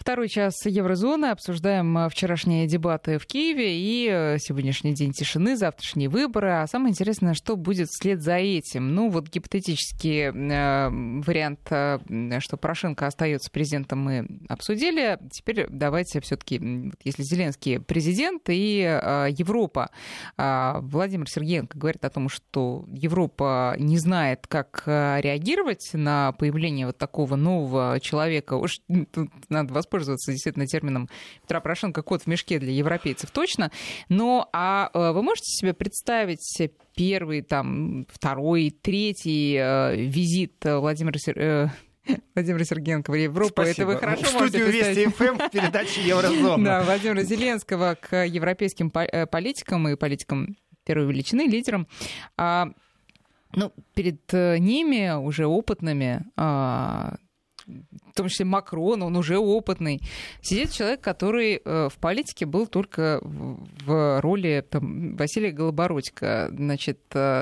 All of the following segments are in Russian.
Второй час Еврозоны. Обсуждаем вчерашние дебаты в Киеве и сегодняшний день тишины, завтрашние выборы. А самое интересное, что будет вслед за этим. Ну, вот гипотетический вариант, что Порошенко остается президентом, мы обсудили. Теперь давайте все-таки, если Зеленский президент и Европа. Владимир Сергеенко говорит о том, что Европа не знает, как реагировать на появление вот такого нового человека. Уж тут надо воспользоваться действительно термином Петра Порошенко «кот в мешке» для европейцев точно. Но вы можете себе представить первый, там, второй, третий визит Владимира Сергеенко в Европу? Спасибо. Это вы хорошо в студию Вести ФМ в передаче «Еврозона». Да, Владимира Зеленского к европейским политикам и политикам первой величины, лидерам. Перед ними, уже опытными, в том числе Макрон, он уже опытный, сидит человек, который в политике был только в роли Василия Голобородько. Значит,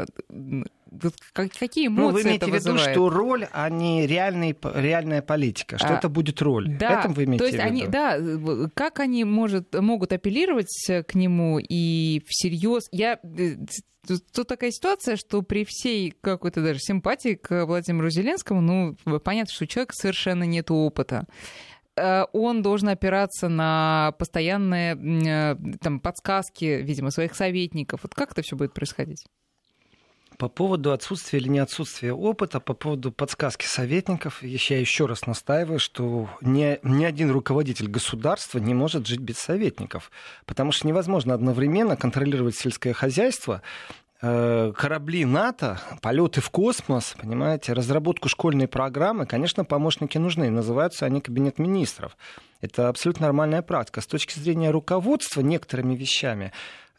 какие эмоции это вызывает? Вы имеете в виду, что роль, а не реальная политика, что это будет роль. Да, это вы имеете в виду? Как они могут апеллировать к нему и всерьез... Тут такая ситуация, что при всей какой-то даже симпатии к Владимиру Зеленскому, понятно, что у человека совершенно нет опыта. Он должен опираться на постоянные подсказки, видимо, своих советников. Вот как это все будет происходить? По поводу отсутствия или не отсутствия опыта, по поводу подсказки советников, я еще раз настаиваю, что ни один руководитель государства не может жить без советников, потому что невозможно одновременно контролировать сельское хозяйство, корабли НАТО, полеты в космос, понимаете, разработку школьной программы. Конечно, помощники нужны, называются они кабинет министров. Это абсолютно нормальная практика. С точки зрения руководства некоторыми вещами,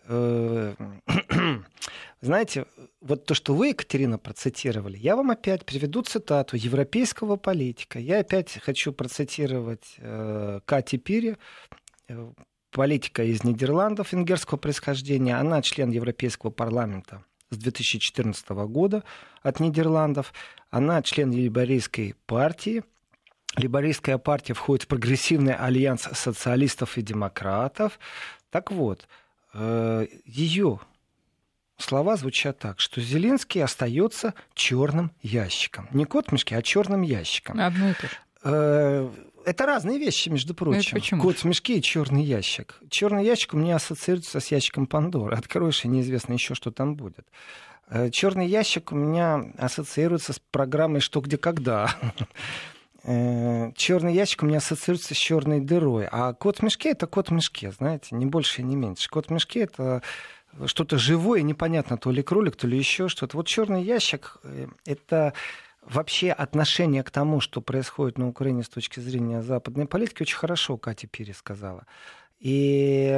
знаете, вот то, что вы, Екатерина, процитировали, я вам опять приведу цитату европейского политика. Я опять хочу процитировать Кати Пири, политика из Нидерландов венгерского происхождения. Она член Европейского парламента с 2014 года от Нидерландов. Она член лейбористской партии. Лейбористская партия входит в прогрессивный альянс социалистов и демократов. Так вот, ее слова звучат так, что Зеленский остается черным ящиком. Не кот в мешке, а черным ящиком. Одно и то же. Это разные вещи, между прочим. Кот в мешке и черный ящик. Черный ящик у меня ассоциируется с ящиком Пандоры. Откроешь, и неизвестно еще, что там будет. Черный ящик у меня ассоциируется с программой «Что, где, когда». Черный ящик у меня ассоциируется с черной дырой. А кот в мешке — это кот в мешке, знаете, не больше и не меньше. Кот в мешке — это что-то живое, непонятно, то ли кролик, то ли еще что-то. Вот черный ящик — это вообще отношение к тому, что происходит на Украине с точки зрения западной политики, очень хорошо Катя Пири сказала. И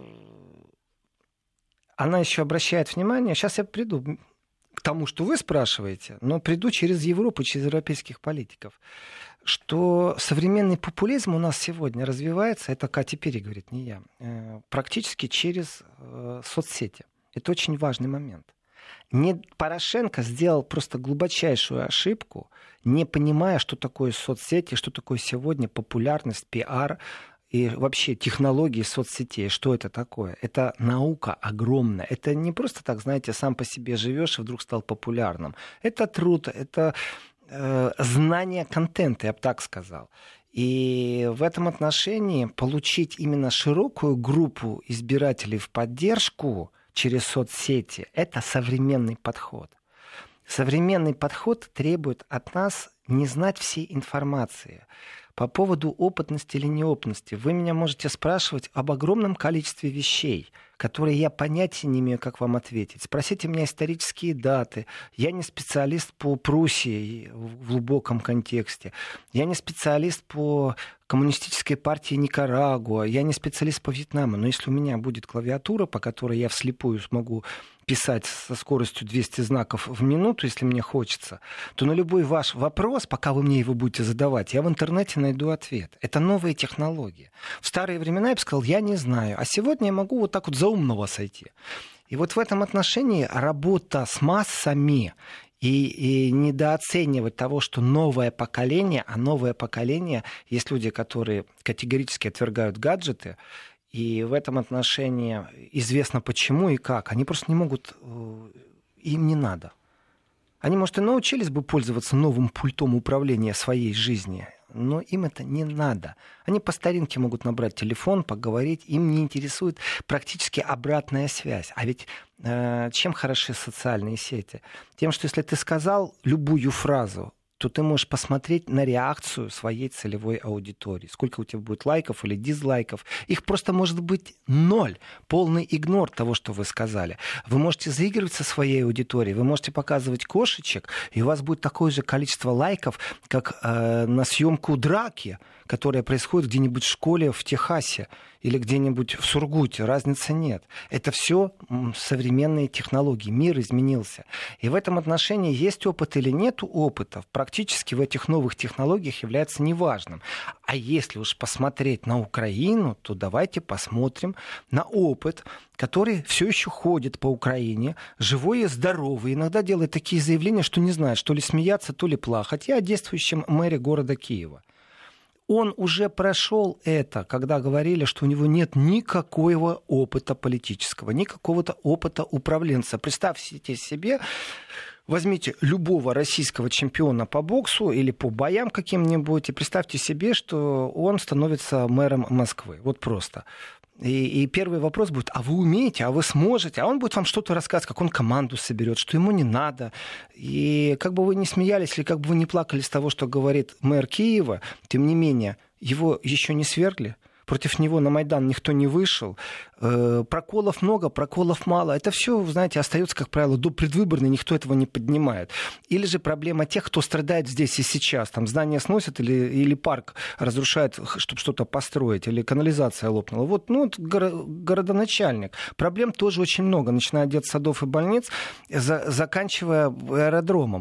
она еще обращает внимание, сейчас я приду к тому, что вы спрашиваете, но приду через Европу, через европейских политиков, что современный популизм у нас сегодня развивается, это Катя Пири говорит, не я, практически через соцсети. Это очень важный момент. Порошенко сделал просто глубочайшую ошибку, не понимая, что такое соцсети, что такое сегодня популярность, пиар и вообще технологии соцсетей. Что это такое? Это наука огромная. Это не просто так, знаете, сам по себе живешь и вдруг стал популярным. Это труд, это знание контента, я бы так сказал. И в этом отношении получить именно широкую группу избирателей в поддержку через соцсети — это современный подход. Современный подход требует от нас не знать всей информации. По поводу опытности или неопытности вы меня можете спрашивать об огромном количестве вещей, которые я понятия не имею, как вам ответить. Спросите меня исторические даты. Я не специалист по Пруссии в глубоком контексте. Я не специалист по коммунистической партии Никарагуа. Я не специалист по Вьетнаму. Но если у меня будет клавиатура, по которой я вслепую смогу писать со скоростью 200 знаков в минуту, если мне хочется, то на любой ваш вопрос, пока вы мне его будете задавать, я в интернете найду ответ. Это новые технологии. В старые времена я бы сказал, я не знаю. А сегодня я могу вот так вот за умного сойти. И вот в этом отношении работа с массами И недооценивать того, что новое поколение, а новое поколение, есть люди, которые категорически отвергают гаджеты, и в этом отношении известно почему и как. Они просто не могут, им не надо. Они, может, и научились бы пользоваться новым пультом управления своей жизнью, но им это не надо. Они по старинке могут набрать телефон, поговорить, им не интересует практически обратная связь. А ведь чем хороши социальные сети? Тем, что если ты сказал любую фразу, то ты можешь посмотреть на реакцию своей целевой аудитории. Сколько у тебя будет лайков или дизлайков. Их просто может быть 0. Полный игнор того, что вы сказали. Вы можете заигрывать со своей аудиторией, вы можете показывать кошечек, и у вас будет такое же количество лайков, как на съемку драки, которая происходит где-нибудь в школе в Техасе или где-нибудь в Сургуте. Разницы нет. Это все современные технологии. Мир изменился. И в этом отношении есть опыт или нет опыта, практически в этих новых технологиях является неважным. А если уж посмотреть на Украину, то давайте посмотрим на опыт, который все еще ходит по Украине, живой и здоровый. Иногда делает такие заявления, что не знает, что ли смеяться, то ли плакать. Я о действующем мэре города Киева. Он уже прошел это, когда говорили, что у него нет никакого опыта политического, никакого-то опыта управленца. Представьте себе, возьмите любого российского чемпиона по боксу или по боям каким-нибудь, и представьте себе, что он становится мэром Москвы. Вот просто. И первый вопрос будет: а вы умеете, а вы сможете? А он будет вам что-то рассказывать, как он команду соберет, что ему не надо. И как бы вы ни смеялись или как бы вы ни плакали с того, что говорит мэр Киева, тем не менее, его еще не свергли. Против него на Майдан никто не вышел. Проколов много, проколов мало. Это все, знаете, остается, как правило, до предвыборной, никто этого не поднимает. Или же проблема тех, кто страдает здесь и сейчас. Там здание сносят или парк разрушают, чтобы что-то построить, или канализация лопнула. Вот городоначальник. Проблем тоже очень много, начиная от детсадов и больниц, заканчивая аэродромом.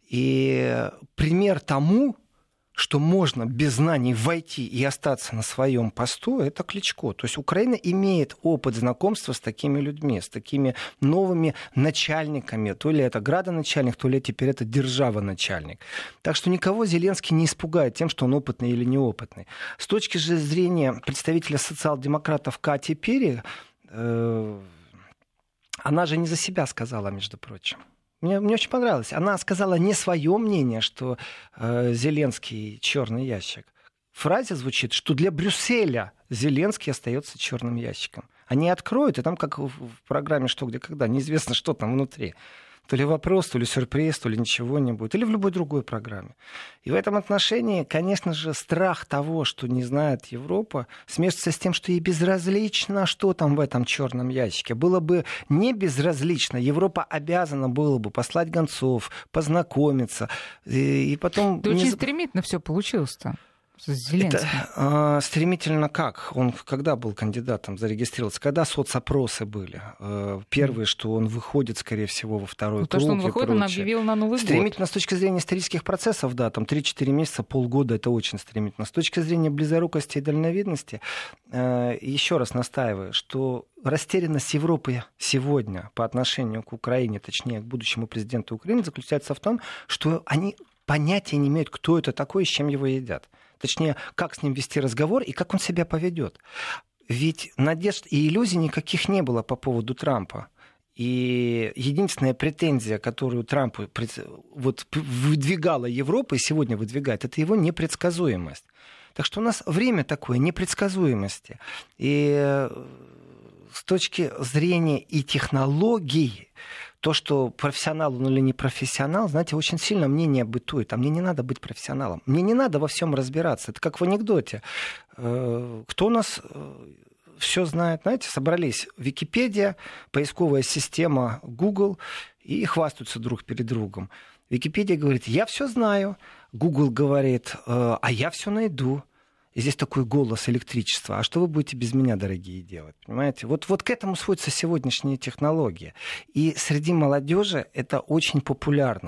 И пример тому, что можно без знаний войти и остаться на своем посту, это Кличко. То есть Украина имеет опыт знакомства с такими людьми, с такими новыми начальниками. То ли это градоначальник, то ли теперь это держава-начальник. Так что никого Зеленский не испугает тем, что он опытный или неопытный. С точки же зрения представителя социал-демократов Кати Перри, она же не за себя сказала, между прочим. Мне очень понравилось. Она сказала не свое мнение, что Зеленский черный ящик. В фразе звучит, что для Брюсселя Зеленский остается черным ящиком. Они откроют, и там, как в программе «Что, где, когда», неизвестно, что там внутри. То ли вопрос, то ли сюрприз, то ли ничего не будет. Или в любой другой программе. И в этом отношении, конечно же, страх того, что не знает Европа, смешивается с тем, что ей безразлично, что там в этом черном ящике. Было бы не безразлично. Европа обязана была бы послать гонцов, познакомиться. И потом... Да очень стремительно все получилось-то. Это стремительно как? Он когда был кандидатом, зарегистрировался? Когда соцопросы были? Первое, что он выходит, скорее всего, во второй круг. То, что он выходит, он объявил на Новый год. Стремительно с точки зрения исторических процессов, да, там 3-4 месяца, полгода, это очень стремительно. С точки зрения близорукости и дальновидности, еще раз настаиваю, что растерянность Европы сегодня по отношению к Украине, точнее, к будущему президенту Украины, заключается в том, что они понятия не имеют, кто это такой и с чем его едят. Точнее, как с ним вести разговор и как он себя поведет. Ведь надежд и иллюзий никаких не было по поводу Трампа. И единственная претензия, которую Трамп выдвигала Европа и сегодня выдвигает, это его непредсказуемость. Так что у нас время такое непредсказуемости. И с точки зрения и технологий, то, что профессионал он или не профессионал, знаете, очень сильно мнение бытует. А мне не надо быть профессионалом. Мне не надо во всем разбираться. Это как в анекдоте. Кто у нас все знает? Знаете, собрались Википедия, поисковая система Google и хвастаются друг перед другом. Википедия говорит: я все знаю. Google говорит: а я все найду. И здесь такой голос электричества. А что вы будете без меня, дорогие, делать? Понимаете? Вот к этому сводятся сегодняшние технологии. И среди молодежи это очень популярно.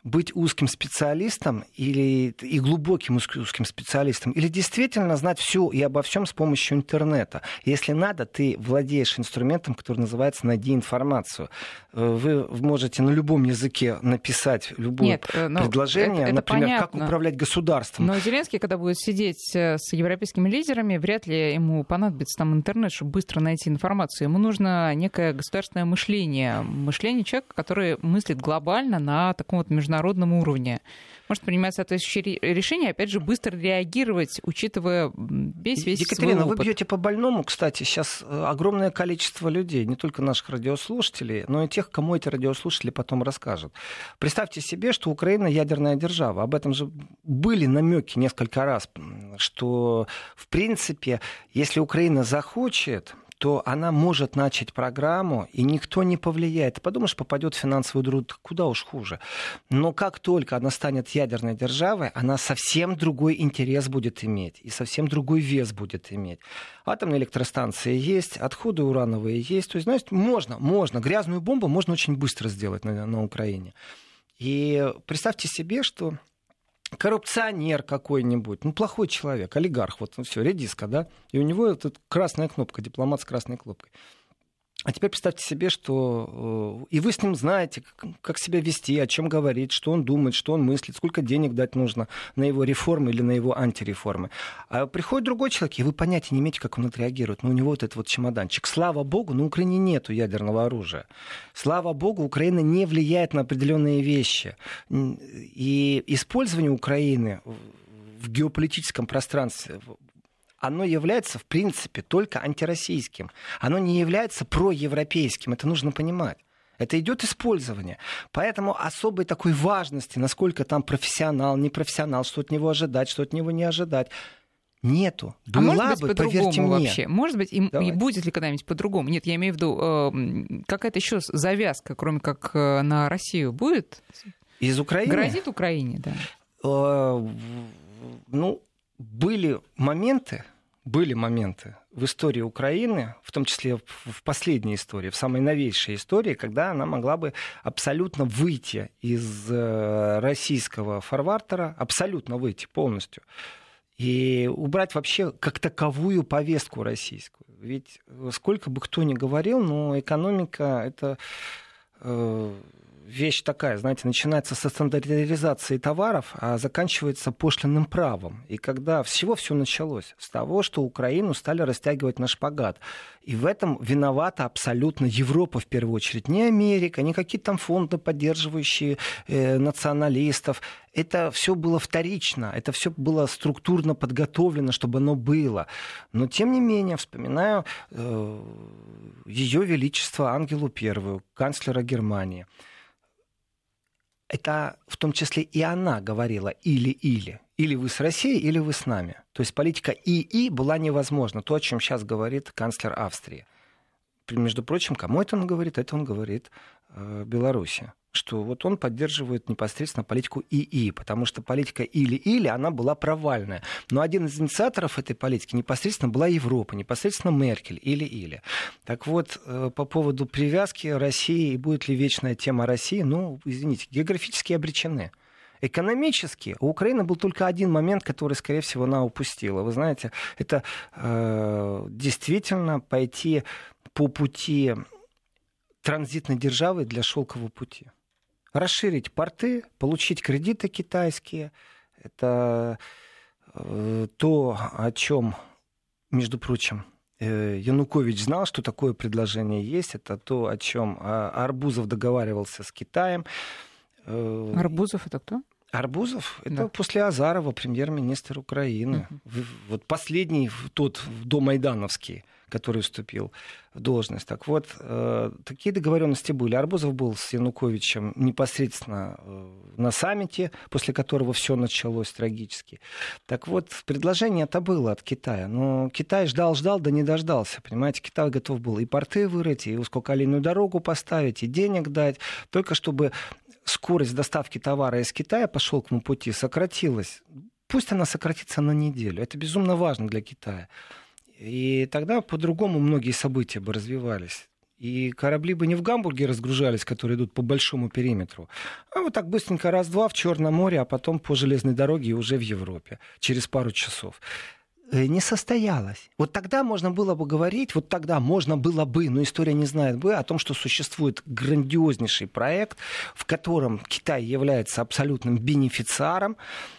быть узким специалистом и глубоким узким специалистом, или действительно знать все и обо всем с помощью интернета. Если надо, ты владеешь инструментом, который называется «Найди информацию». Вы можете на любом языке написать любое предложение, это например, понятно. как управлять государством. Но Зеленский, когда будет сидеть с европейскими лидерами, вряд ли ему понадобится там интернет, чтобы быстро найти информацию. Ему нужно некое государственное мышление человека, который мыслит глобально на таком вот международном уровне. Может принимать соответствующие решения, опять же, быстро реагировать, учитывая весь Екатерина, свой опыт. вы бьете по больному. Кстати, сейчас огромное количество людей, не только наших радиослушателей, но и тех, кому эти радиослушатели потом расскажут. Представьте себе, что Украина ядерная держава. Об этом же были намеки несколько раз, что, в принципе, если Украина захочет, то она может начать программу, и никто не повлияет. Ты подумаешь, попадет в финансовую дыру, куда уж хуже. Но как только она станет ядерной державой, она совсем другой интерес будет иметь, и совсем другой вес будет иметь. Атомные электростанции есть, отходы урановые есть. То есть, знаете, можно. Грязную бомбу можно очень быстро сделать на Украине. И представьте себе, что коррупционер какой-нибудь, плохой человек, олигарх, вот все, редиска, да, и у него тут красная кнопка, дипломат с красной кнопкой. А теперь представьте себе, что и вы с ним знаете, как себя вести, о чем говорить, что он думает, что он мыслит, сколько денег дать нужно на его реформы или на его антиреформы. А приходит другой человек, и вы понятия не имеете, как он отреагирует. Но у него вот этот вот чемоданчик. Слава богу, на Украине нету ядерного оружия. Слава богу, Украина не влияет на определенные вещи. И использование Украины в геополитическом пространстве, оно является, в принципе, только антироссийским. Оно не является проевропейским. Это нужно понимать. Это идет использование. Поэтому особой такой важности, насколько там профессионал, непрофессионал, что от него ожидать, что от него не ожидать, нету. Была может быть, бы, поверьте мне. Вообще? Может быть, и будет ли когда-нибудь по-другому? Нет, я имею в виду, какая-то еще завязка, кроме как на Россию, будет? Из Украины? Грозит Украине, да. Были моменты в истории Украины, в том числе в последней истории, в самой новейшей истории, когда она могла бы абсолютно выйти из российского фарватера, абсолютно выйти полностью, и убрать вообще как таковую повестку российскую. Ведь сколько бы кто ни говорил, но экономика — это вещь такая, знаете, начинается со стандартизации товаров, а заканчивается пошлинным правом. И когда все началось с того, что Украину стали растягивать на шпагат. И в этом виновата абсолютно Европа в первую очередь. Не Америка, не какие-то там фонды, поддерживающие националистов. Это все было вторично, это все было структурно подготовлено, чтобы оно было. Но, тем не менее, вспоминаю Ее Величество Ангелу Первую, канцлера Германии. Это в том числе и она говорила или-или. Или вы с Россией, или вы с нами. То есть политика и была невозможна. То, о чем сейчас говорит канцлер Австрии. Между прочим, кому это он говорит? Это он говорит Беларуси. Что вот он поддерживает непосредственно политику ИИ, потому что политика или-или, она была провальная. Но один из инициаторов этой политики непосредственно была Европа, непосредственно Меркель, или-или. Так вот, по поводу привязки России, и будет ли вечная тема России, извините, географически обречены. Экономически у Украины был только один момент, который, скорее всего, она упустила. Вы знаете, это действительно пойти по пути транзитной державы для шелкового пути. Расширить порты, получить кредиты китайские. Это то, о чем, между прочим, Янукович знал, что такое предложение есть. Это то, о чем Арбузов договаривался с Китаем. Арбузов — это кто? Арбузов — это после Азарова премьер-министр Украины. Вот последний тот домайдановский, который вступил в должность. Так вот, такие договоренности были. Арбузов был с Януковичем непосредственно на саммите, после которого все началось трагически. Так вот, предложение это было от Китая. Но Китай ждал, да не дождался. Понимаете, Китай готов был и порты вырыть, и узкоколейную дорогу поставить, и денег дать, только чтобы скорость доставки товара из Китая по шелковому пути сократилась. Пусть она сократится на неделю. Это безумно важно для Китая. И тогда по-другому многие события бы развивались. И корабли бы не в Гамбурге разгружались, которые идут по большому периметру, а вот так быстренько раз-два в Черном море, а потом по железной дороге и уже в Европе через пару часов. Не состоялось. Вот тогда можно было бы говорить, но история не знает бы, о том, что существует грандиознейший проект, в котором Китай является абсолютным бенефициаром,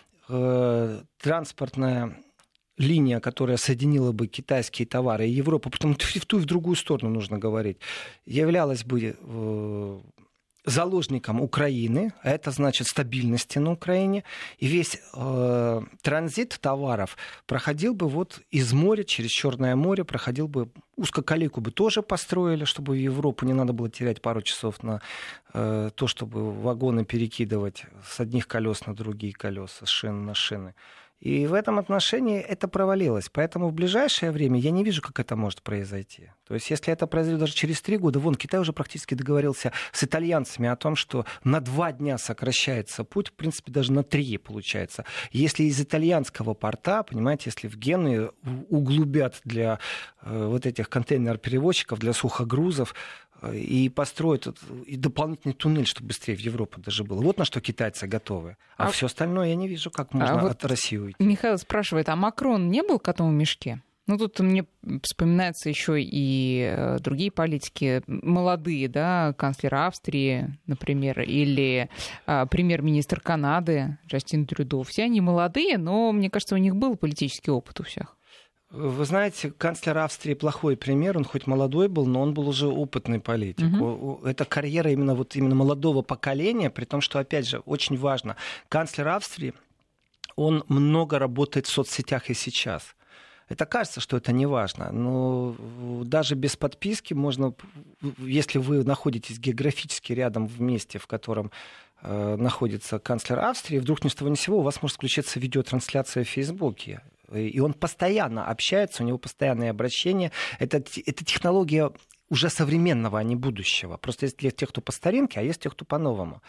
транспортная линия, которая соединила бы китайские товары и Европу, потому что в ту и в другую сторону нужно говорить, являлась бы заложником Украины, а это значит стабильности на Украине, и весь транзит товаров проходил бы вот из моря, через Черное море, проходил бы, узкоколейку бы тоже построили, чтобы в Европу не надо было терять пару часов на то, чтобы вагоны перекидывать с одних колес на другие колеса, с шин на шины. И в этом отношении это провалилось. Поэтому в ближайшее время я не вижу, как это может произойти. То есть если это произойдет даже через 3 года, Китай уже практически договорился с итальянцами о том, что на 2 дня сокращается путь, в принципе, даже на 3 получается. Если из итальянского порта, понимаете, если в Генуе углубят для вот этих контейнер-перевозчиков, для сухогрузов, и построят и дополнительный туннель, чтобы быстрее в Европу даже было. Вот на что китайцы готовы. А все остальное я не вижу, как можно от России уйти. Михаил спрашивает, а Макрон не был котом в мешке? Ну, тут мне вспоминаются еще и другие политики, молодые, да, канцлер Австрии, например, или премьер-министр Канады Джастин Трюдо. Все они молодые, но, мне кажется, у них был политический опыт у всех. Вы знаете, канцлер Австрии плохой пример. Он хоть молодой был, но он был уже опытный политик. Это карьера именно молодого поколения, при том, что, опять же, очень важно. Канцлер Австрии, он много работает в соцсетях и сейчас. Это кажется, что это не важно, но даже без подписки можно, если вы находитесь географически рядом в месте, в котором находится канцлер Австрии, вдруг ни с того ни с сего у вас может включиться видеотрансляция в Фейсбуке. И он постоянно общается, у него постоянные обращения. Это технология уже современного, а не будущего. Просто есть тех, кто по старинке, а есть тех, кто по-новому.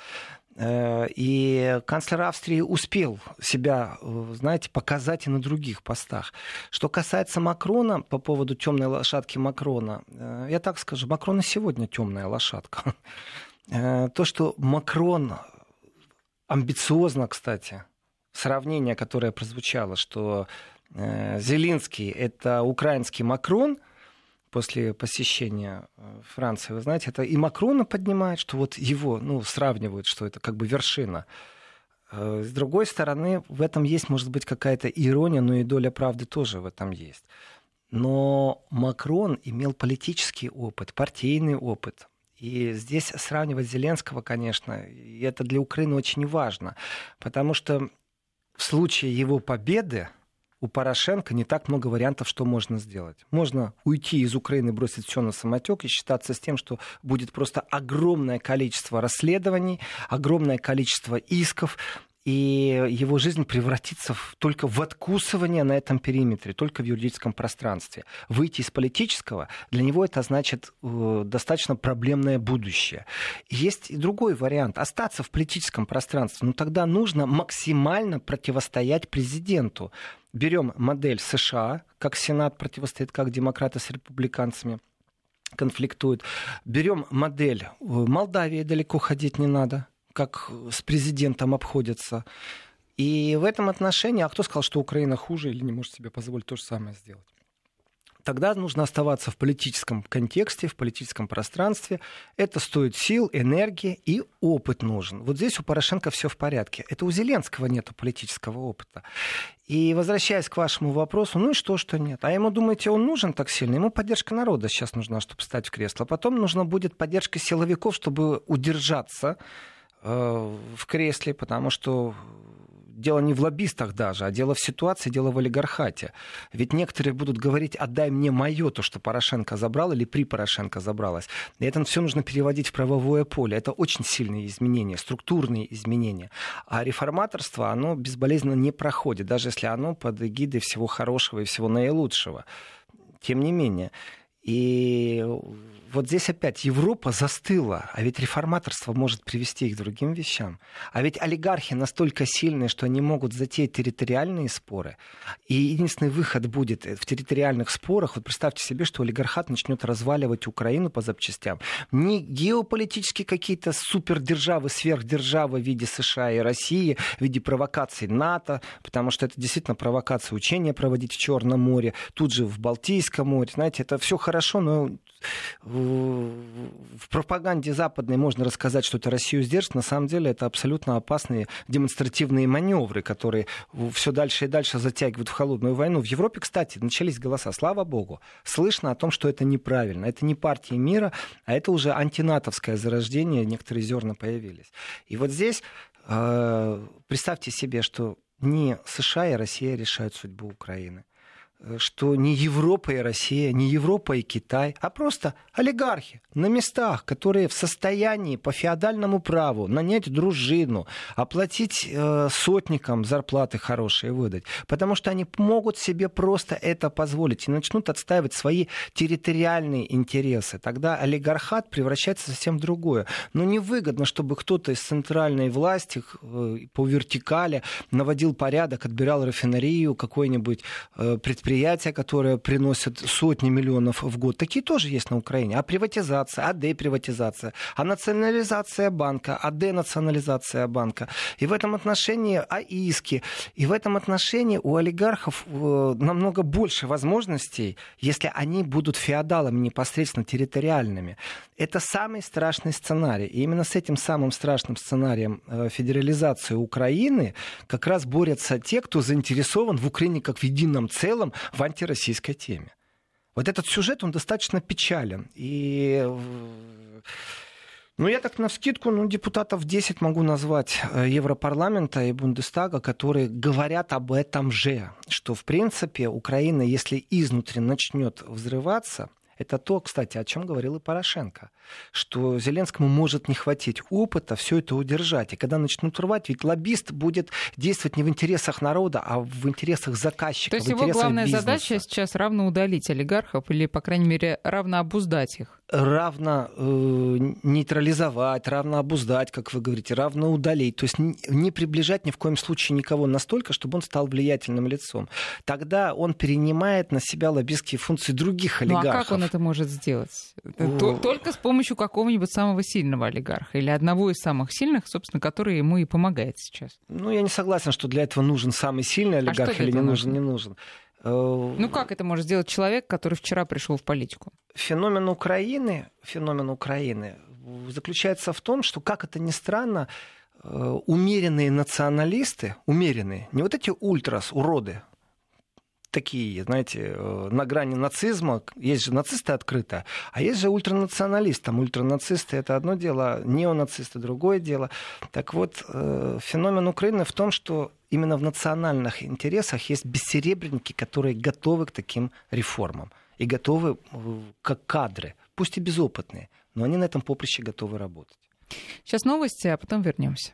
И канцлер Австрии успел себя, знаете, показать и на других постах. Что касается Макрона, по поводу темной лошадки Макрона, я так скажу, Макрон и сегодня темная лошадка. То, что Макрон амбициозно, кстати, сравнение, которое прозвучало, что Зеленский — это украинский Макрон после посещения Франции, вы знаете, это и Макрона поднимает, что вот его, сравнивают, что это как бы вершина. С другой стороны, в этом есть, может быть, какая-то ирония, но и доля правды тоже в этом есть. Но Макрон имел политический опыт, партийный опыт. И здесь сравнивать Зеленского, конечно, это для Украины очень важно, потому что в случае его победы у Порошенко не так много вариантов, что можно сделать. Можно уйти из Украины, бросить все на самотек и считаться с тем, что будет просто огромное количество расследований, огромное количество исков, и его жизнь превратится только в откусывание на этом периметре, только в юридическом пространстве. Выйти из политического, для него это значит достаточно проблемное будущее. Есть и другой вариант — остаться в политическом пространстве, но тогда нужно максимально противостоять президенту. Берем модель США, как Сенат противостоит, как демократы с республиканцами конфликтуют. Берем модель Молдавии, далеко ходить не надо, как с президентом обходятся. И в этом отношении, а кто сказал, что Украина хуже или не может себе позволить то же самое сделать? Тогда нужно оставаться в политическом контексте, в политическом пространстве. Это стоит сил, энергии и опыт нужен. Вот здесь у Порошенко все в порядке. Это у Зеленского нет политического опыта. И возвращаясь к вашему вопросу, и что нет? А ему, думаете, он нужен так сильно? Ему поддержка народа сейчас нужна, чтобы встать в кресло. Потом нужна будет поддержка силовиков, чтобы удержаться в кресле, потому что дело не в лоббистах даже, а дело в ситуации, дело в олигархате. Ведь некоторые будут говорить: отдай мне мое, то, что Порошенко забрал или при Порошенко забралось. И это все нужно переводить в правовое поле. Это очень сильные изменения, структурные изменения. А реформаторство, оно безболезненно не проходит, даже если оно под эгидой всего хорошего и всего наилучшего. Тем не менее. И вот здесь опять Европа застыла, а ведь реформаторство может привести их к другим вещам. А ведь олигархи настолько сильные, что они могут затеять территориальные споры. И единственный выход будет в территориальных спорах. Вот представьте себе, что олигархат начнет разваливать Украину по запчастям. Не геополитические какие-то супердержавы, сверхдержавы в виде США и России, в виде провокаций НАТО, потому что это действительно провокация, учения проводить в Черном море, тут же в Балтийском море. Знаете, это все хорошо, но в пропаганде западной можно рассказать, что это Россию сдержит. На самом деле это абсолютно опасные демонстративные маневры, которые все дальше и дальше затягивают в холодную войну. В Европе, кстати, начались голоса, слава богу. Слышно о том, что это неправильно. Это не партия мира, а это уже антинатовское зарождение. Некоторые зерна появились. И вот здесь представьте себе, что не США и Россия решают судьбу Украины. Что не Европа и Россия, не Европа и Китай, а просто олигархи на местах, которые в состоянии по феодальному праву нанять дружину, оплатить сотникам зарплаты хорошие выдать, потому что они могут себе просто это позволить и начнут отстаивать свои территориальные интересы. Тогда олигархат превращается совсем в другое. Но невыгодно, чтобы кто-то из центральной власти по вертикали наводил порядок, отбирал рафинерию, какое-нибудь предприятие, которые приносят сотни миллионов в год. Такие тоже есть на Украине. А приватизация, а деприватизация, а национализация банка, а денационализация банка. И в этом отношении иски. И в этом отношении у олигархов намного больше возможностей, если они будут феодалами непосредственно территориальными. Это самый страшный сценарий. И именно с этим самым страшным сценарием федерализации Украины как раз борются те, кто заинтересован в Украине как в едином целом, в антироссийской теме. Вот этот сюжет, он достаточно печален. И, я так навскидку, депутатов 10 могу назвать Европарламента и Бундестага, которые говорят об этом же, что, в принципе, Украина, если изнутри начнет взрываться, это то, кстати, о чем говорил и Порошенко, что Зеленскому может не хватить опыта все это удержать. И когда начнут рвать, ведь лоббист будет действовать не в интересах народа, а в интересах заказчика, то есть в интересах его главная бизнеса. задача сейчас равно удалить олигархов или, по крайней мере, равно обуздать их? Равно нейтрализовать, равно обуздать, как вы говорите, равно удалить. То есть не приближать ни в коем случае никого настолько, чтобы он стал влиятельным лицом. Тогда он перенимает на себя лоббистские функции других олигархов. А как он это может сделать? Только с помощью какого-нибудь самого сильного олигарха или одного из самых сильных, собственно, который ему и помогает сейчас. Я не согласен, что для этого нужен самый сильный олигарх или не нужен. Как это может сделать человек, который вчера пришел в политику? Феномен Украины заключается в том, что, как это ни странно, умеренные националисты, не вот эти ультрас, уроды, такие, знаете, на грани нацизма. Есть же нацисты открыто, а есть же ультранационалисты. Там ультранацисты — это одно дело, неонацисты — другое дело. Так вот, феномен Украины в том, что именно в национальных интересах есть бессеребренники, которые готовы к таким реформам. И готовы как кадры, пусть и безопытные, но они на этом поприще готовы работать. Сейчас новости, а потом вернемся.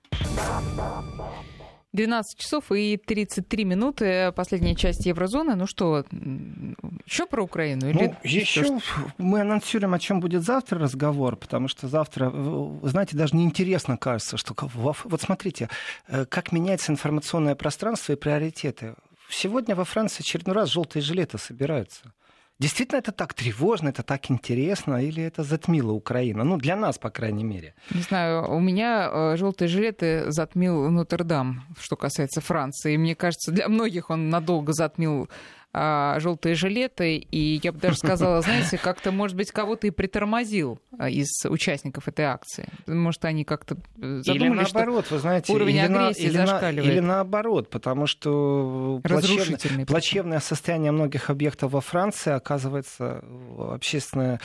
12 часов и 33 минуты, последняя часть Еврозоны. Еще про Украину? Еще мы анонсируем, о чем будет завтра разговор, потому что завтра, знаете, даже неинтересно кажется, что... Вот смотрите, как меняется информационное пространство и приоритеты. Сегодня во Франции очередной раз желтые жилеты собираются. Действительно, это так тревожно, это так интересно, или это затмило Украину? Для нас, по крайней мере. Не знаю, у меня желтые жилеты затмил Нотр-Дам, что касается Франции. И мне кажется, для многих он надолго затмил желтые жилеты, и я бы даже сказала, знаете, как-то, может быть, кого-то и притормозил из участников этой акции. Может, они как-то задумали, или наоборот, что вы знаете, уровень агрессии зашкаливает. Или наоборот, потому что плачевное состояние многих объектов во Франции, оказывается, общественная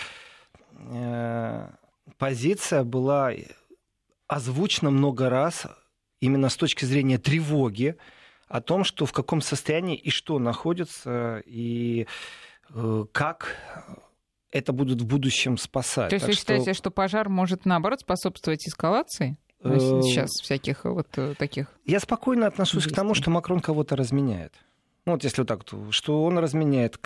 позиция была озвучена много раз именно с точки зрения тревоги о том, что в каком состоянии и что находится, и как это будут в будущем спасать. То есть вы считаете, что пожар может, наоборот, способствовать эскалации? Сейчас всяких таких... Я спокойно отношусь к тому, что Макрон кого-то разменяет. Если вот так, что он разменяет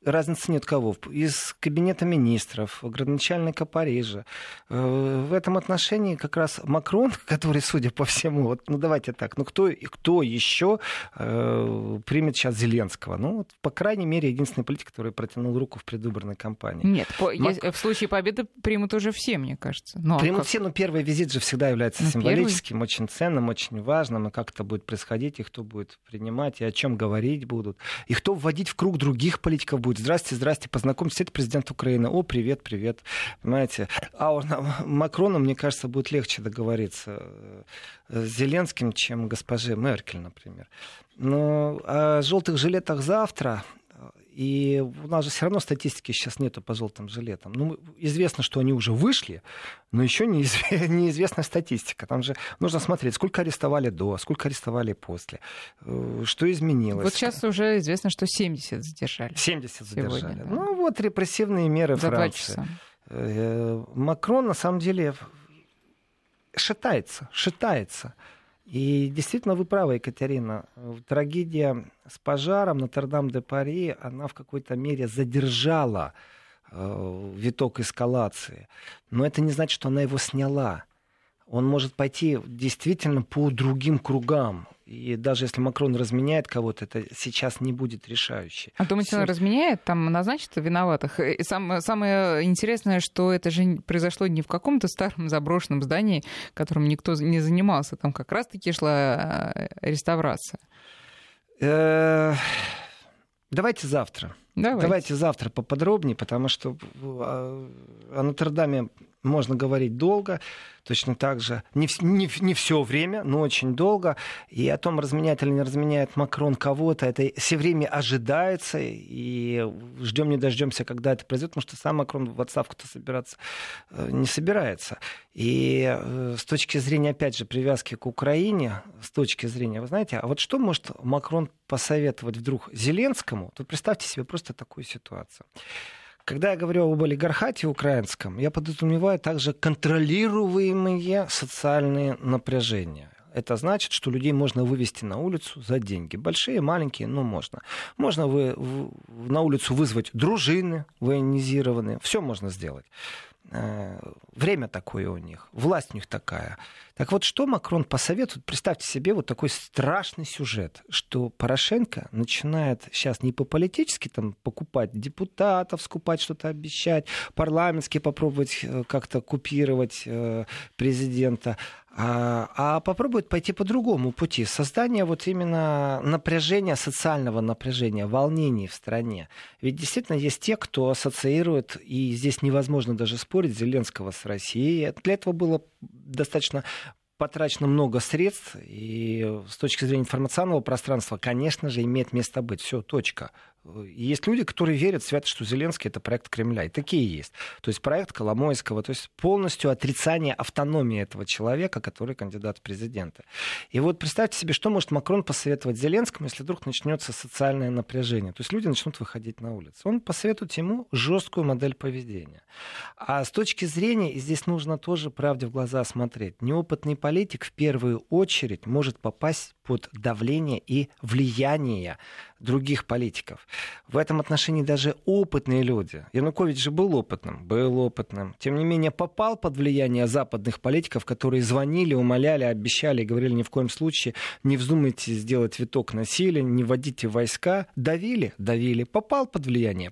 разницы нет кого. Из кабинета министров, градоначальника Парижа. В этом отношении как раз Макрон, который, судя по всему, вот, ну давайте так, ну кто еще примет сейчас Зеленского? Ну, вот, по крайней мере, единственный политик, который протянул руку в предвыборной кампании. Нет, в случае победы примут уже все, мне кажется. Примут все, но первый визит же всегда является символическим, очень ценным, очень важным, и как это будет происходить, и кто будет принимать, и о чем говорить будут, и кто вводить в круг других политиков будет. Здрасте, познакомьтесь, это президент Украины. О, привет. Понимаете? А у Макрону, мне кажется, будет легче договориться с Зеленским, чем госпоже Меркель, например. Но о желтых жилетах завтра. И у нас же все равно статистики сейчас нету по желтым жилетам. Ну, известно, что они уже вышли, но еще неизвестна статистика. Там же нужно смотреть, сколько арестовали до, сколько арестовали после, что изменилось. Вот сейчас уже известно, что 70 задержали. 70 задержали. Сегодня, да. Ну вот репрессивные меры за Франции. 2 часа. Макрон, на самом деле, шатается. И действительно, вы правы, Екатерина. Трагедия с пожаром Нотр-Дам-де-Пари, она в какой-то мере задержала виток эскалации. Но это не значит, что она его сняла. Он может пойти действительно по другим кругам. И даже если Макрон разменяет кого-то, это сейчас не будет решающе. А думаете, он разменяет, там назначит виноватых? И самое интересное, что это же произошло не в каком-то старом заброшенном здании, которым никто не занимался. Там как раз-таки шла реставрация. Давайте завтра. Давайте завтра поподробнее, потому что о Нотр-Даме можно говорить долго, точно так же, не все время, но очень долго. И о том, разменяет или не разменяет Макрон кого-то, это все время ожидается, и ждем не дождемся, когда это произойдет, потому что сам Макрон в отставку-то собираться не собирается. И с точки зрения, опять же, привязки к Украине, с точки зрения, вы знаете, а вот что может Макрон посоветовать вдруг Зеленскому? То представьте себе просто такую ситуацию. Когда я говорю об олигархате украинском, я подразумеваю также контролируемые социальные напряжения. Это значит, что людей можно вывести на улицу за деньги. Большие, маленькие, но можно. Можно на улицу вызвать дружины военизированные. Все можно сделать. Время такое у них, власть у них такая. Так вот, что Макрон посоветует? Представьте себе вот такой страшный сюжет, что Порошенко начинает сейчас не по-политически там покупать депутатов, скупать, что-то обещать, парламентски попробовать как-то купировать президента, а попробует пойти по другому пути. Создание вот именно напряжения, социального напряжения, волнений в стране. Ведь действительно есть те, кто ассоциирует, и здесь невозможно даже спорить, Зеленского с Россией. Для этого было достаточно потрачено много средств, и с точки зрения информационного пространства, конечно же, имеет место быть. Все, точка. И есть люди, которые верят свято, что Зеленский — это проект Кремля. И такие есть. То есть проект Коломойского, то есть полностью отрицание автономии этого человека, который кандидат в президенты. И вот представьте себе, что может Макрон посоветовать Зеленскому, если вдруг начнется социальное напряжение. То есть люди начнут выходить на улицу. Он посоветует ему жесткую модель поведения. А с точки зрения, и здесь нужно тоже правде в глаза смотреть, неопытный политик в первую очередь может попасть под давление и влияние других политиков. В этом отношении даже опытные люди. Янукович же был опытным. Тем не менее, попал под влияние западных политиков, которые звонили, умоляли, обещали и говорили: ни в коем случае не вздумайте сделать виток насилия, не вводите войска. Давили. Попал под влияние.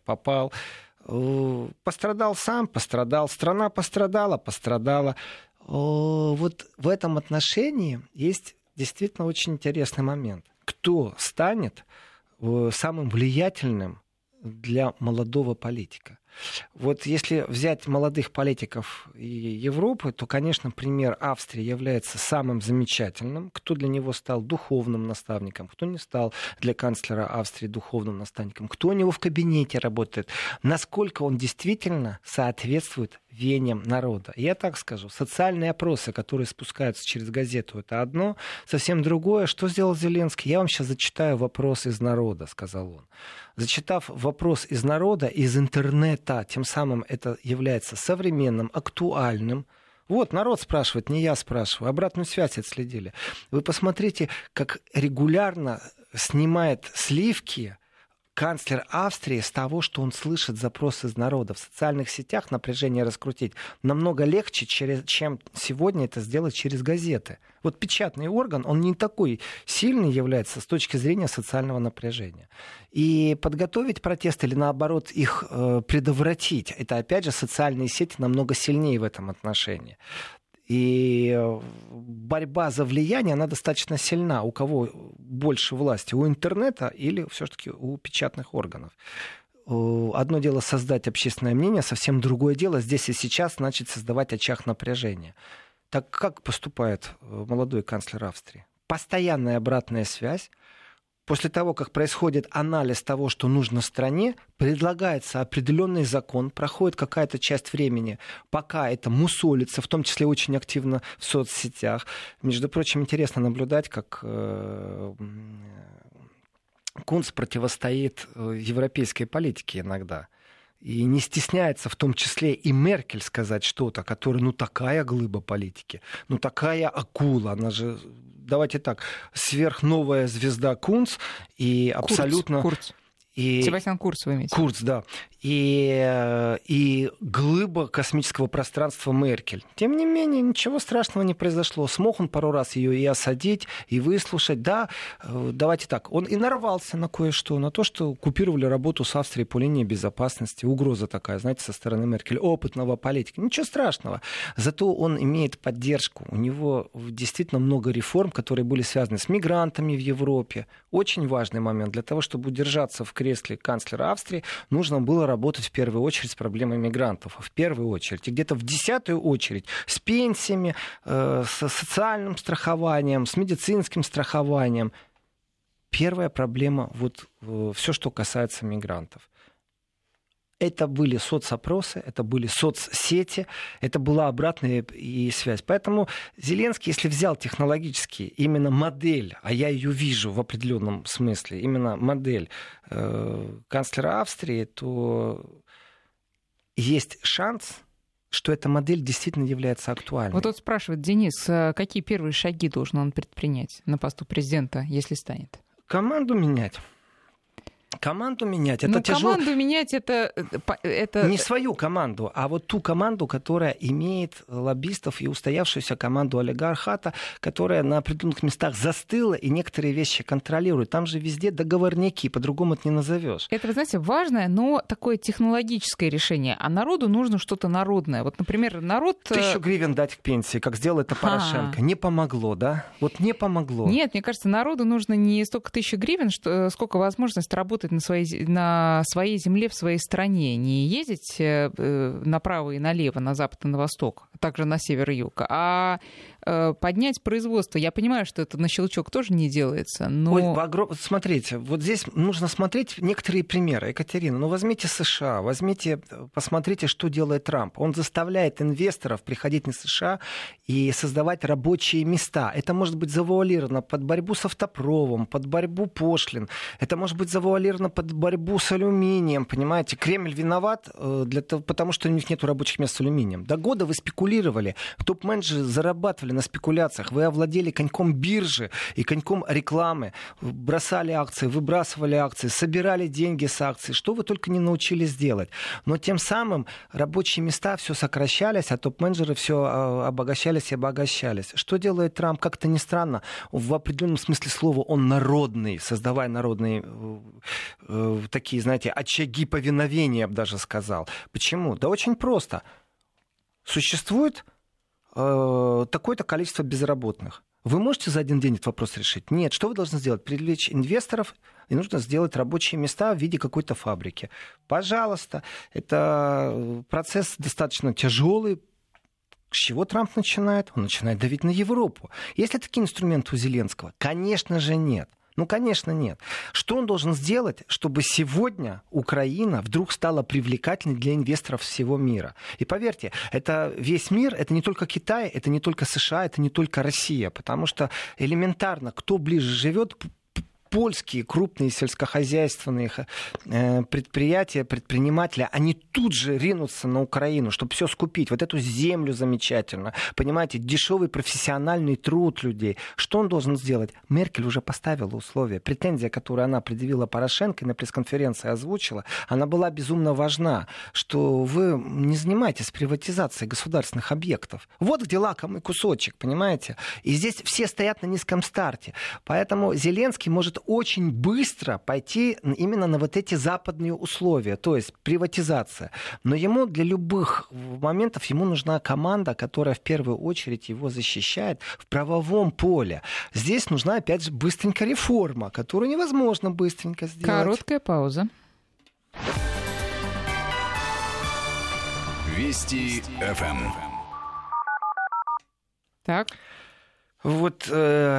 Пострадал сам, страна пострадала. Вот в этом отношении есть действительно очень интересный момент. Кто станет самым влиятельным для молодого политика? Вот если взять молодых политиков Европы, то, конечно, пример Австрии является самым замечательным. Кто для него стал духовным наставником, кто не стал для канцлера Австрии духовным наставником, кто у него в кабинете работает, насколько он действительно соответствует веяниям народа. Я так скажу, социальные опросы, которые спускаются через газету, это одно, совсем другое. Что сделал Зеленский? Я вам сейчас зачитаю вопрос из народа, сказал он. Зачитав вопрос из народа, из интернета, тем самым это является современным, актуальным. Вот, народ спрашивает, не я спрашиваю. Обратную связь отследили. Вы посмотрите, как регулярно снимает сливки канцлер Австрии с того, что он слышит запросы из народа. В социальных сетях напряжение раскрутить намного легче, чем сегодня это сделать через газеты. Вот печатный орган, он не такой сильный является с точки зрения социального напряжения. И подготовить протест или наоборот их предотвратить, это опять же социальные сети намного сильнее в этом отношении. И борьба за влияние, она достаточно сильна. У кого больше власти? У интернета или все-таки у печатных органов? Одно дело создать общественное мнение, совсем другое дело здесь и сейчас, значит, создавать очаг напряжения. Так как поступает молодой канцлер Австрии? Постоянная обратная связь. После того, как происходит анализ того, что нужно стране, предлагается определенный закон, проходит какая-то часть времени, пока это мусолится, в том числе очень активно в соцсетях. Между прочим, интересно наблюдать, как Кунц противостоит европейской политике иногда. И не стесняется в том числе и Меркель сказать что-то, которая, такая глыба политики, такая акула, она же... Давайте так, сверхновая звезда Кунц и абсолютно... Курц. И... Себастьян Курц вы имеете? Курц, да. И глыба космического пространства Меркель. Тем не менее, ничего страшного не произошло. Смог он пару раз ее и осадить, и выслушать. Да, давайте так, он и нарвался на кое-что, на то, что купировали работу с Австрией по линии безопасности. Угроза такая, знаете, со стороны Меркель. Опытного политика. Ничего страшного. Зато он имеет поддержку. У него действительно много реформ, которые были связаны с мигрантами в Европе. Очень важный момент. Для того, чтобы удержаться в кресле канцлера Австрии, нужно было работать в первую очередь с проблемой мигрантов. В первую очередь. И где-то в 10-ю очередь с пенсиями, с социальным страхованием, с медицинским страхованием. Первая проблема, все, что касается мигрантов. Это были соцопросы, это были соцсети, это была обратная и связь. Поэтому Зеленский, если взял технологически именно модель, а я ее вижу в определенном смысле, именно модель канцлера Австрии, то есть шанс, что эта модель действительно является актуальной. Вот тут спрашивает Денис, какие первые шаги должен он предпринять на посту президента, если станет? Команду менять. Команду менять, это тяжело. Команду менять это... Не свою команду, а вот ту команду, которая имеет лоббистов и устоявшуюся команду олигархата, которая на определенных местах застыла и некоторые вещи контролирует. Там же везде договорняки, по-другому это не назовешь. Это, вы знаете, важное, но такое технологическое решение. А народу нужно что-то народное. Вот, например, народ... 1000 гривен дать к пенсии, как сделал это Порошенко. Не помогло, да? Вот не помогло. Нет, мне кажется, народу нужно не столько 1000 гривен, сколько возможность работать на своей земле, в своей стране. Не ездить направо и налево, на запад и на восток, а также на север и юг, а поднять производство. Я понимаю, что это на щелчок тоже не делается, но... Смотрите, вот здесь нужно смотреть некоторые примеры. Екатерина, возьмите США, посмотрите, что делает Трамп. Он заставляет инвесторов приходить на США и создавать рабочие места. Это может быть завуалировано под борьбу с автопромом, под борьбу пошлин. Это может быть завуалировано под борьбу с алюминием, понимаете? Кремль виноват, потому что у них нет рабочих мест с алюминием. До года вы спекулировали, топ-менеджеры зарабатывали на спекуляциях, вы овладели коньком биржи и коньком рекламы, бросали акции, выбрасывали акции, собирали деньги с акций, что вы только не научились делать. Но тем самым рабочие места все сокращались, а топ-менеджеры все обогащались и обогащались. Что делает Трамп? Как-то не странно, в определенном смысле слова он народный, создавая народные такие, знаете, очаги повиновения, я бы даже сказал. Почему? Да очень просто. Существует такое-то количество безработных. Вы можете за один день этот вопрос решить? Нет. Что вы должны сделать? Привлечь инвесторов, и нужно сделать рабочие места в виде какой-то фабрики. Пожалуйста. Это процесс достаточно тяжелый. С чего Трамп начинает? Он начинает давить на Европу. Есть ли такие инструменты у Зеленского? Конечно же нет. Конечно, нет. Что он должен сделать, чтобы сегодня Украина вдруг стала привлекательной для инвесторов всего мира? И поверьте, это весь мир, это не только Китай, это не только США, это не только Россия. Потому что элементарно, кто ближе живет, польские крупные сельскохозяйственные предприятия, предприниматели, они тут же ринутся на Украину, чтобы все скупить. Вот эту землю замечательно. Понимаете, дешевый профессиональный труд людей. Что он должен сделать? Меркель уже поставила условия. Претензия, которую она предъявила Порошенко и на пресс-конференции озвучила, она была безумно важна, что вы не занимаетесь приватизацией государственных объектов. Вот где лакомый кусочек, понимаете? И здесь все стоят на низком старте. Поэтому Зеленский может очень быстро пойти именно на вот эти западные условия, то есть приватизация. Но ему для любых моментов ему нужна команда, которая в первую очередь его защищает в правовом поле. Здесь нужна, опять же, быстренькая реформа, которую невозможно быстренько сделать. Короткая пауза. Вести ФМ. Так. Вот,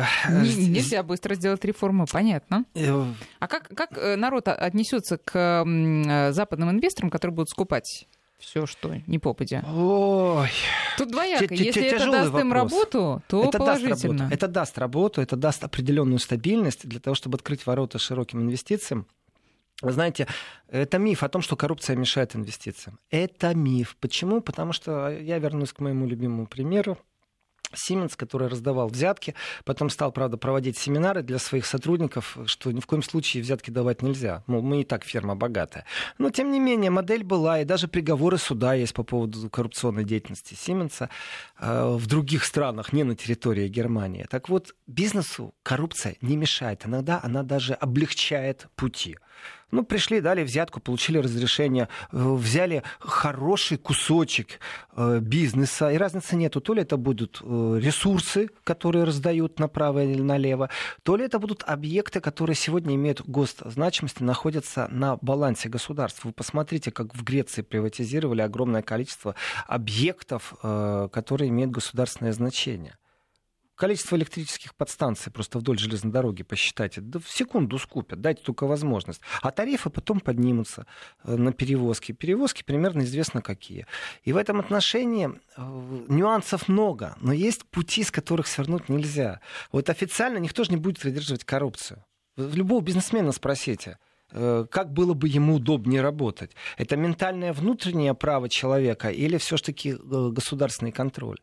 нельзя быстро сделать реформу, понятно. А как народ отнесется к западным инвесторам, которые будут скупать все, что не попадя? Ой. Тут двояко. Если это даст им работу, то это положительно. Это даст работу, это даст определенную стабильность для того, чтобы открыть ворота широким инвестициям. Вы знаете, это миф о том, что коррупция мешает инвестициям. Это миф. Почему? Потому что я вернусь к моему любимому примеру. Siemens, который раздавал взятки, потом стал, правда, проводить семинары для своих сотрудников, что ни в коем случае взятки давать нельзя. Ну, мы и так фирма богатая. Но, тем не менее, модель была, и даже приговоры суда есть по поводу коррупционной деятельности Siemens в других странах, не на территории Германии. Так вот, бизнесу коррупция не мешает. Иногда она даже облегчает пути. Ну, пришли, дали взятку, получили разрешение, взяли хороший кусочек бизнеса, и разницы нету. То ли это будут ресурсы, которые раздают направо или налево, то ли это будут объекты, которые сегодня имеют госзначимость и находятся на балансе государства. Вы посмотрите, как в Греции приватизировали огромное количество объектов, которые имеют государственное значение. Количество электрических подстанций просто вдоль железной дороги посчитайте. Да в секунду скупят, дайте только возможность. А тарифы потом поднимутся на перевозки. Перевозки примерно известно какие. И в этом отношении нюансов много. Но есть пути, с которых свернуть нельзя. Вот официально никто же не будет выдерживать коррупцию. Любого бизнесмена спросите. Как было бы ему удобнее работать? Это ментальное внутреннее право человека или все-таки государственный контроль?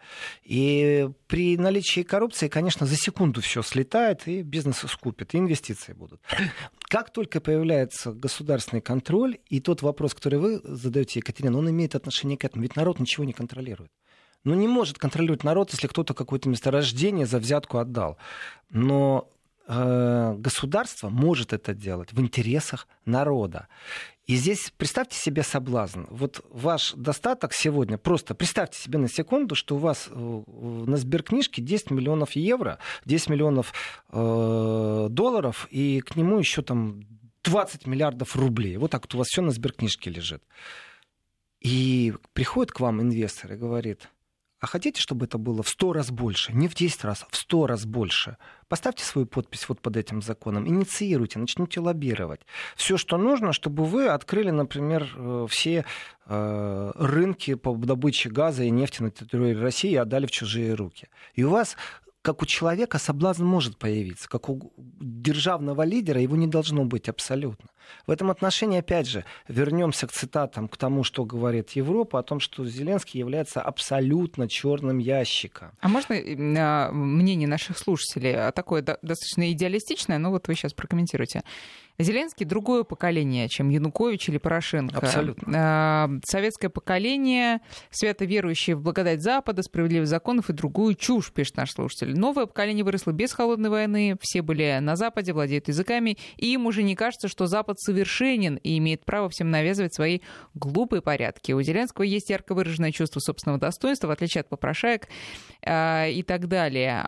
И при наличии коррупции, конечно, за секунду все слетает, и бизнес скупит, и инвестиции будут. Как только появляется государственный контроль, и тот вопрос, который вы задаете, Екатерина, он имеет отношение к этому. Ведь народ ничего не контролирует. Ну, не может контролировать народ, если кто-то какое-то месторождение за взятку отдал. Но государство может это делать в интересах народа. И здесь представьте себе соблазн. Вот ваш достаток сегодня, просто представьте себе на секунду, что у вас на сберкнижке 10 миллионов евро, 10 миллионов долларов, и к нему еще там 20 миллиардов рублей. Вот так вот у вас все на сберкнижке лежит. И приходит к вам инвестор и говорит: а хотите, чтобы это было в 100 раз больше? Не в 10 раз, в 100 раз больше. Поставьте свою подпись вот под этим законом, инициируйте, начните лоббировать. Все, что нужно, чтобы вы открыли, например, все рынки по добыче газа и нефти на территории России и отдали в чужие руки. И у вас, как у человека, соблазн может появиться. Как у державного лидера его не должно быть абсолютно. В этом отношении, опять же, вернемся к цитатам, к тому, что говорит Европа, о том, что Зеленский является абсолютно черным ящиком. А можно мнение наших слушателей, такое достаточно идеалистичное, но вот вы сейчас прокомментируете. Зеленский другое поколение, чем Янукович или Порошенко. Абсолютно. Советское поколение, свято верующее в благодать Запада, справедливых законов и другую чушь, пишет наш слушатель. Новое поколение выросло без холодной войны, все были на Западе, владеют языками, и им уже не кажется, что Запад совершенен и имеет право всем навязывать свои глупые порядки. У Зеленского есть ярко выраженное чувство собственного достоинства, в отличие от попрошаек и так далее.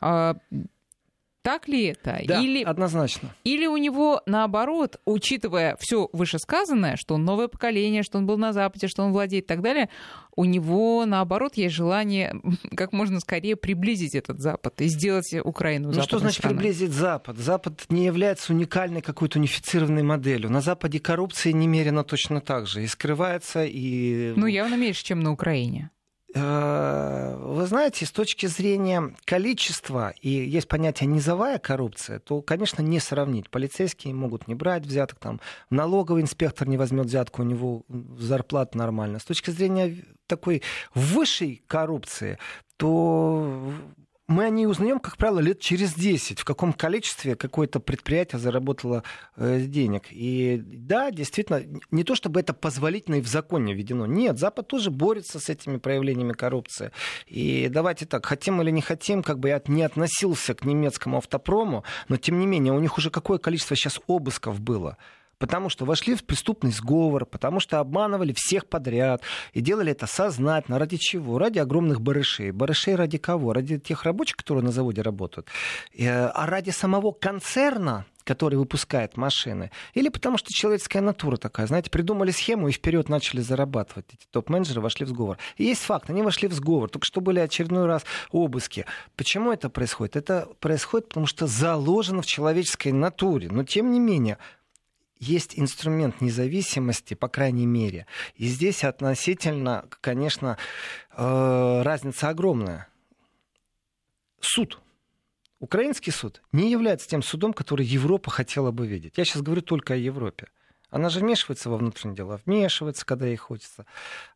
Так ли это? Да, однозначно. Или у него, наоборот, учитывая все вышесказанное, что он новое поколение, что он был на Западе, что он владеет и так далее, у него, наоборот, есть желание как можно скорее приблизить этот Запад и сделать Украину западной что значит страной? Приблизить Запад? Запад не является уникальной какой-то унифицированной моделью. На Западе коррупция немерено точно так же. И скрывается, и... Ну, явно меньше, чем на Украине. Вы знаете, с точки зрения количества, и есть понятие низовая коррупция, то, конечно, не сравнить. Полицейские могут не брать взяток, там, налоговый инспектор не возьмет взятку, у него зарплата нормальная. С точки зрения такой высшей коррупции, то мы о ней узнаем, как правило, лет через 10, в каком количестве какое-то предприятие заработало денег. И да, действительно, не то чтобы это позволительно и в законе введено. Нет, Запад тоже борется с этими проявлениями коррупции. И давайте так, хотим или не хотим, как бы я не относился к немецкому автопрому, но тем не менее, у них уже какое количество сейчас обысков было. Потому что вошли в преступный сговор, потому что обманывали всех подряд. И делали это сознательно. Ради чего? Ради огромных барышей. Барышей ради кого? Ради тех рабочих, которые на заводе работают. А ради самого концерна, который выпускает машины. Или потому что человеческая натура такая. Знаете, придумали схему и вперед начали зарабатывать. Эти топ-менеджеры вошли в сговор. И есть факт, они вошли в сговор. Только что были очередной раз обыски. Почему это происходит? Это происходит, потому что заложено в человеческой натуре. Но тем не менее... Есть инструмент независимости, по крайней мере. И здесь относительно, конечно, разница огромная. Суд. Украинский суд не является тем судом, который Европа хотела бы видеть. Я сейчас говорю только о Европе. Она же вмешивается во внутренние дела, вмешивается, когда ей хочется.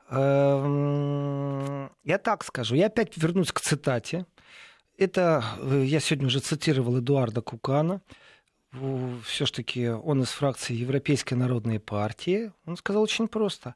Я так скажу. Я опять вернусь к цитате. Это я сегодня уже цитировал Эдуарда Кукана. Все-таки он из фракции Европейской народной партии, он сказал очень просто,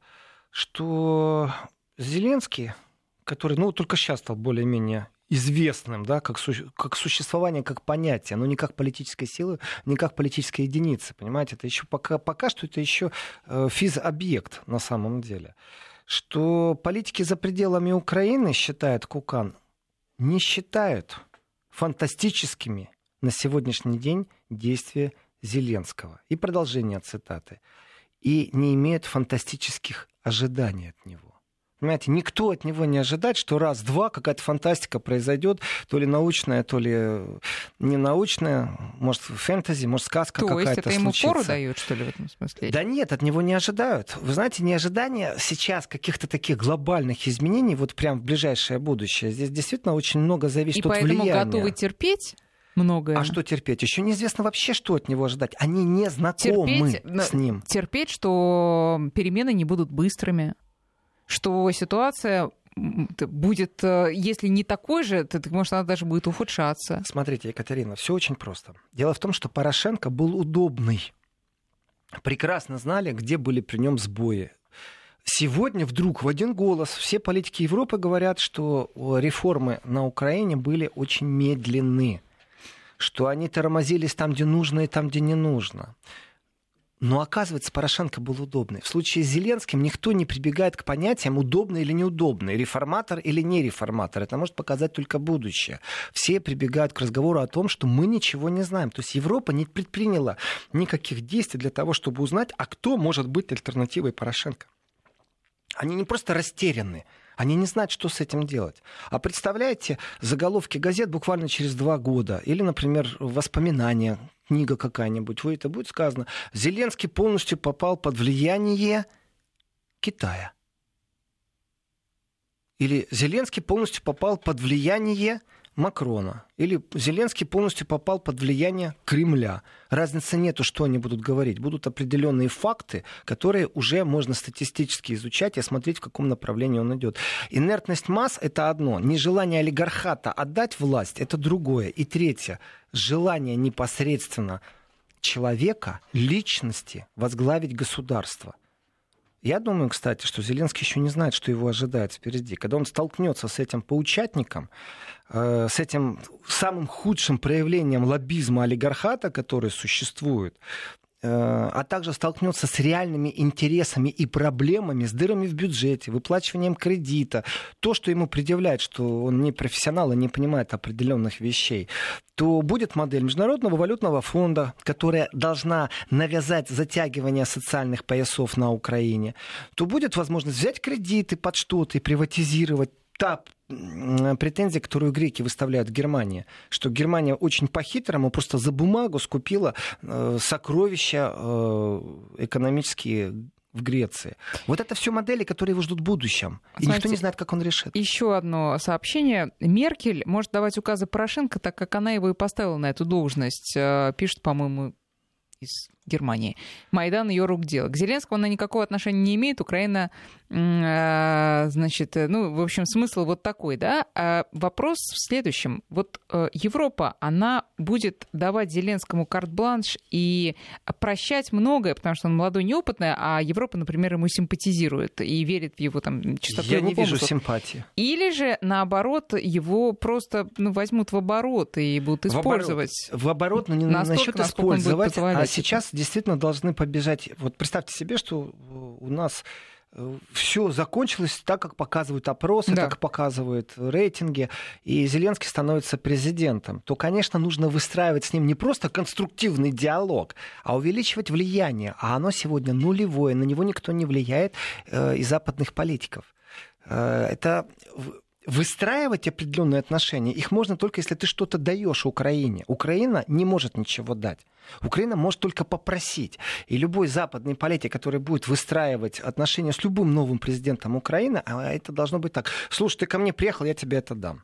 что Зеленский, который только сейчас стал более-менее известным, да, как существование, как понятие, но не как политической силы, не как политической единицы, понимаете, это еще пока что это еще физобъект на самом деле, что политики за пределами Украины, считает Кукан, не считают фантастическими на сегодняшний день действия Зеленского. И продолжение цитаты. И не имеют фантастических ожиданий от него. Понимаете, никто от него не ожидает, что раз-два какая-то фантастика произойдет, то ли научная, то ли не научная, может, фэнтези, может, сказка какая-то случится. То есть это ему фору дают, что ли, в этом смысле? Да нет, от него не ожидают. Вы знаете, не ожидание сейчас каких-то таких глобальных изменений, вот прям в ближайшее будущее. Здесь действительно очень много зависит от влияния. И поэтому готовы терпеть? Многое. А что терпеть? Еще неизвестно вообще, что от него ожидать. Они не знакомы с ним. Терпеть, что перемены не будут быстрыми, что ситуация будет, если не такой же, то, может, она даже будет ухудшаться. Смотрите, Екатерина, все очень просто. Дело в том, что Порошенко был удобный. Прекрасно знали, где были при нем сбои. Сегодня вдруг в один голос все политики Европы говорят, что реформы на Украине были очень медленны, что они тормозились там, где нужно, и там, где не нужно. Но, оказывается, Порошенко был удобный. В случае с Зеленским никто не прибегает к понятиям удобный или неудобный, реформатор или не реформатор. Это может показать только будущее. Все прибегают к разговору о том, что мы ничего не знаем. То есть Европа не предприняла никаких действий для того, чтобы узнать, а кто может быть альтернативой Порошенко. Они не просто растеряны, они не знают, что с этим делать. А представляете, заголовки газет буквально через 2 года. Или, например, воспоминания, книга какая-нибудь. Это будет сказано. Зеленский полностью попал под влияние Китая. Или Зеленский полностью попал под влияние Макрона. Или Зеленский полностью попал под влияние Кремля. Разницы нету, что они будут говорить. Будут определенные факты, которые уже можно статистически изучать и смотреть, в каком направлении он идет. Инертность масс — это одно. Нежелание олигархата отдать власть — это другое. И третье. Желание непосредственно человека, личности возглавить государство. Я думаю, кстати, что Зеленский еще не знает, что его ожидает впереди. Когда он столкнется с этим поучатником, с этим самым худшим проявлением лоббизма олигархата, который существует, а также столкнется с реальными интересами и проблемами, с дырами в бюджете, выплачиванием кредита, то, что ему предъявляет, что он не профессионал и не понимает определенных вещей, то будет модель Международного валютного фонда, которая должна навязать затягивание социальных поясов на Украине, то будет возможность взять кредиты под что-то и приватизировать. Та претензия, которую греки выставляют в Германии, что Германия очень по-хитрому просто за бумагу скупила сокровища экономические в Греции. Вот это все модели, которые его ждут в будущем. И никто не знает, как он решит. Еще одно сообщение. Меркель может давать указы Порошенко, так как она его и поставила на эту должность. Пишет, по-моему, из Германии. Майдан ее рук дело. К Зеленскому она никакого отношения не имеет. Украина, значит, в общем, смысл вот такой, да. А вопрос в следующем. Вот Европа, она будет давать Зеленскому карт-бланш и прощать многое, потому что он молодой, неопытный, а Европа, например, ему симпатизирует и верит в его там чистоту. Я его не вижу помыслов. симпатии. Или же, наоборот, его просто возьмут в оборот и будут использовать. В оборот, но не насчет использовать, а сейчас действительно должны побежать. Вот представьте себе, что у нас все закончилось так, как показывают опросы, да, так, как показывают рейтинги, и Зеленский становится президентом, то, конечно, нужно выстраивать с ним не просто конструктивный диалог, а увеличивать влияние. А оно сегодня нулевое, на него никто не влияет из западных политиков. Это... Выстраивать определенные отношения, их можно только, если ты что-то даешь Украине. Украина не может ничего дать. Украина может только попросить. И любой западный политик, который будет выстраивать отношения с любым новым президентом Украины, а это должно быть так. Слушай, ты ко мне приехал, я тебе это дам.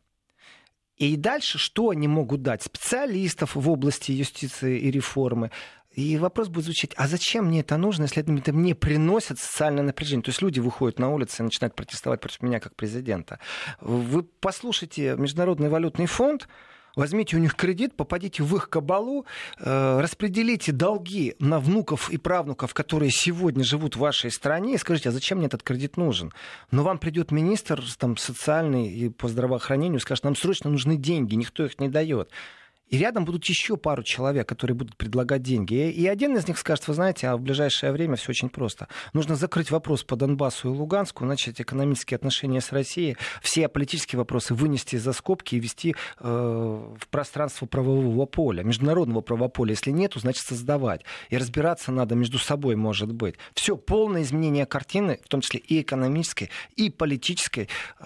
И дальше что они могут дать? Специалистов в области юстиции и реформы. И вопрос будет звучать, а зачем мне это нужно, если это мне приносит социальное напряжение? То есть люди выходят на улицы и начинают протестовать против меня как президента. Вы послушайте Международный валютный фонд, возьмите у них кредит, попадите в их кабалу, распределите долги на внуков и правнуков, которые сегодня живут в вашей стране, и скажите, а зачем мне этот кредит нужен? Но вам придет министр там, социальный и по здравоохранению, скажет, нам срочно нужны деньги, никто их не дает. И рядом будут еще пару человек, которые будут предлагать деньги. И один из них скажет, вы знаете, а в ближайшее время все очень просто. Нужно закрыть вопрос по Донбассу и Луганску, начать экономические отношения с Россией, все политические вопросы вынести за скобки и ввести в пространство правового поля, международного правового поля. Если нету, значит создавать. И разбираться надо между собой, может быть. Все, полное изменение картины, в том числе и экономической, и политической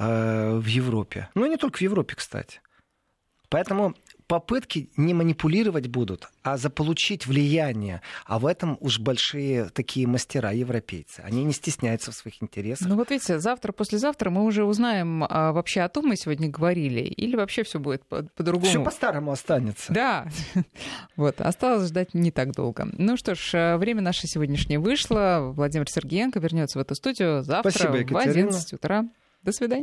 в Европе. Ну и не только в Европе, кстати. Поэтому... Попытки не манипулировать будут, а заполучить влияние. А в этом уж большие такие мастера, европейцы. Они не стесняются в своих интересах. Ну вот видите, завтра, послезавтра мы уже узнаем вообще о том, мы сегодня говорили, или вообще все будет по-другому. Все по-старому останется. Да. Вот, осталось ждать не так долго. Ну что ж, время наше сегодняшнее вышло. Владимир Сергеенко вернется в эту студию завтра в 11 утра. До свидания.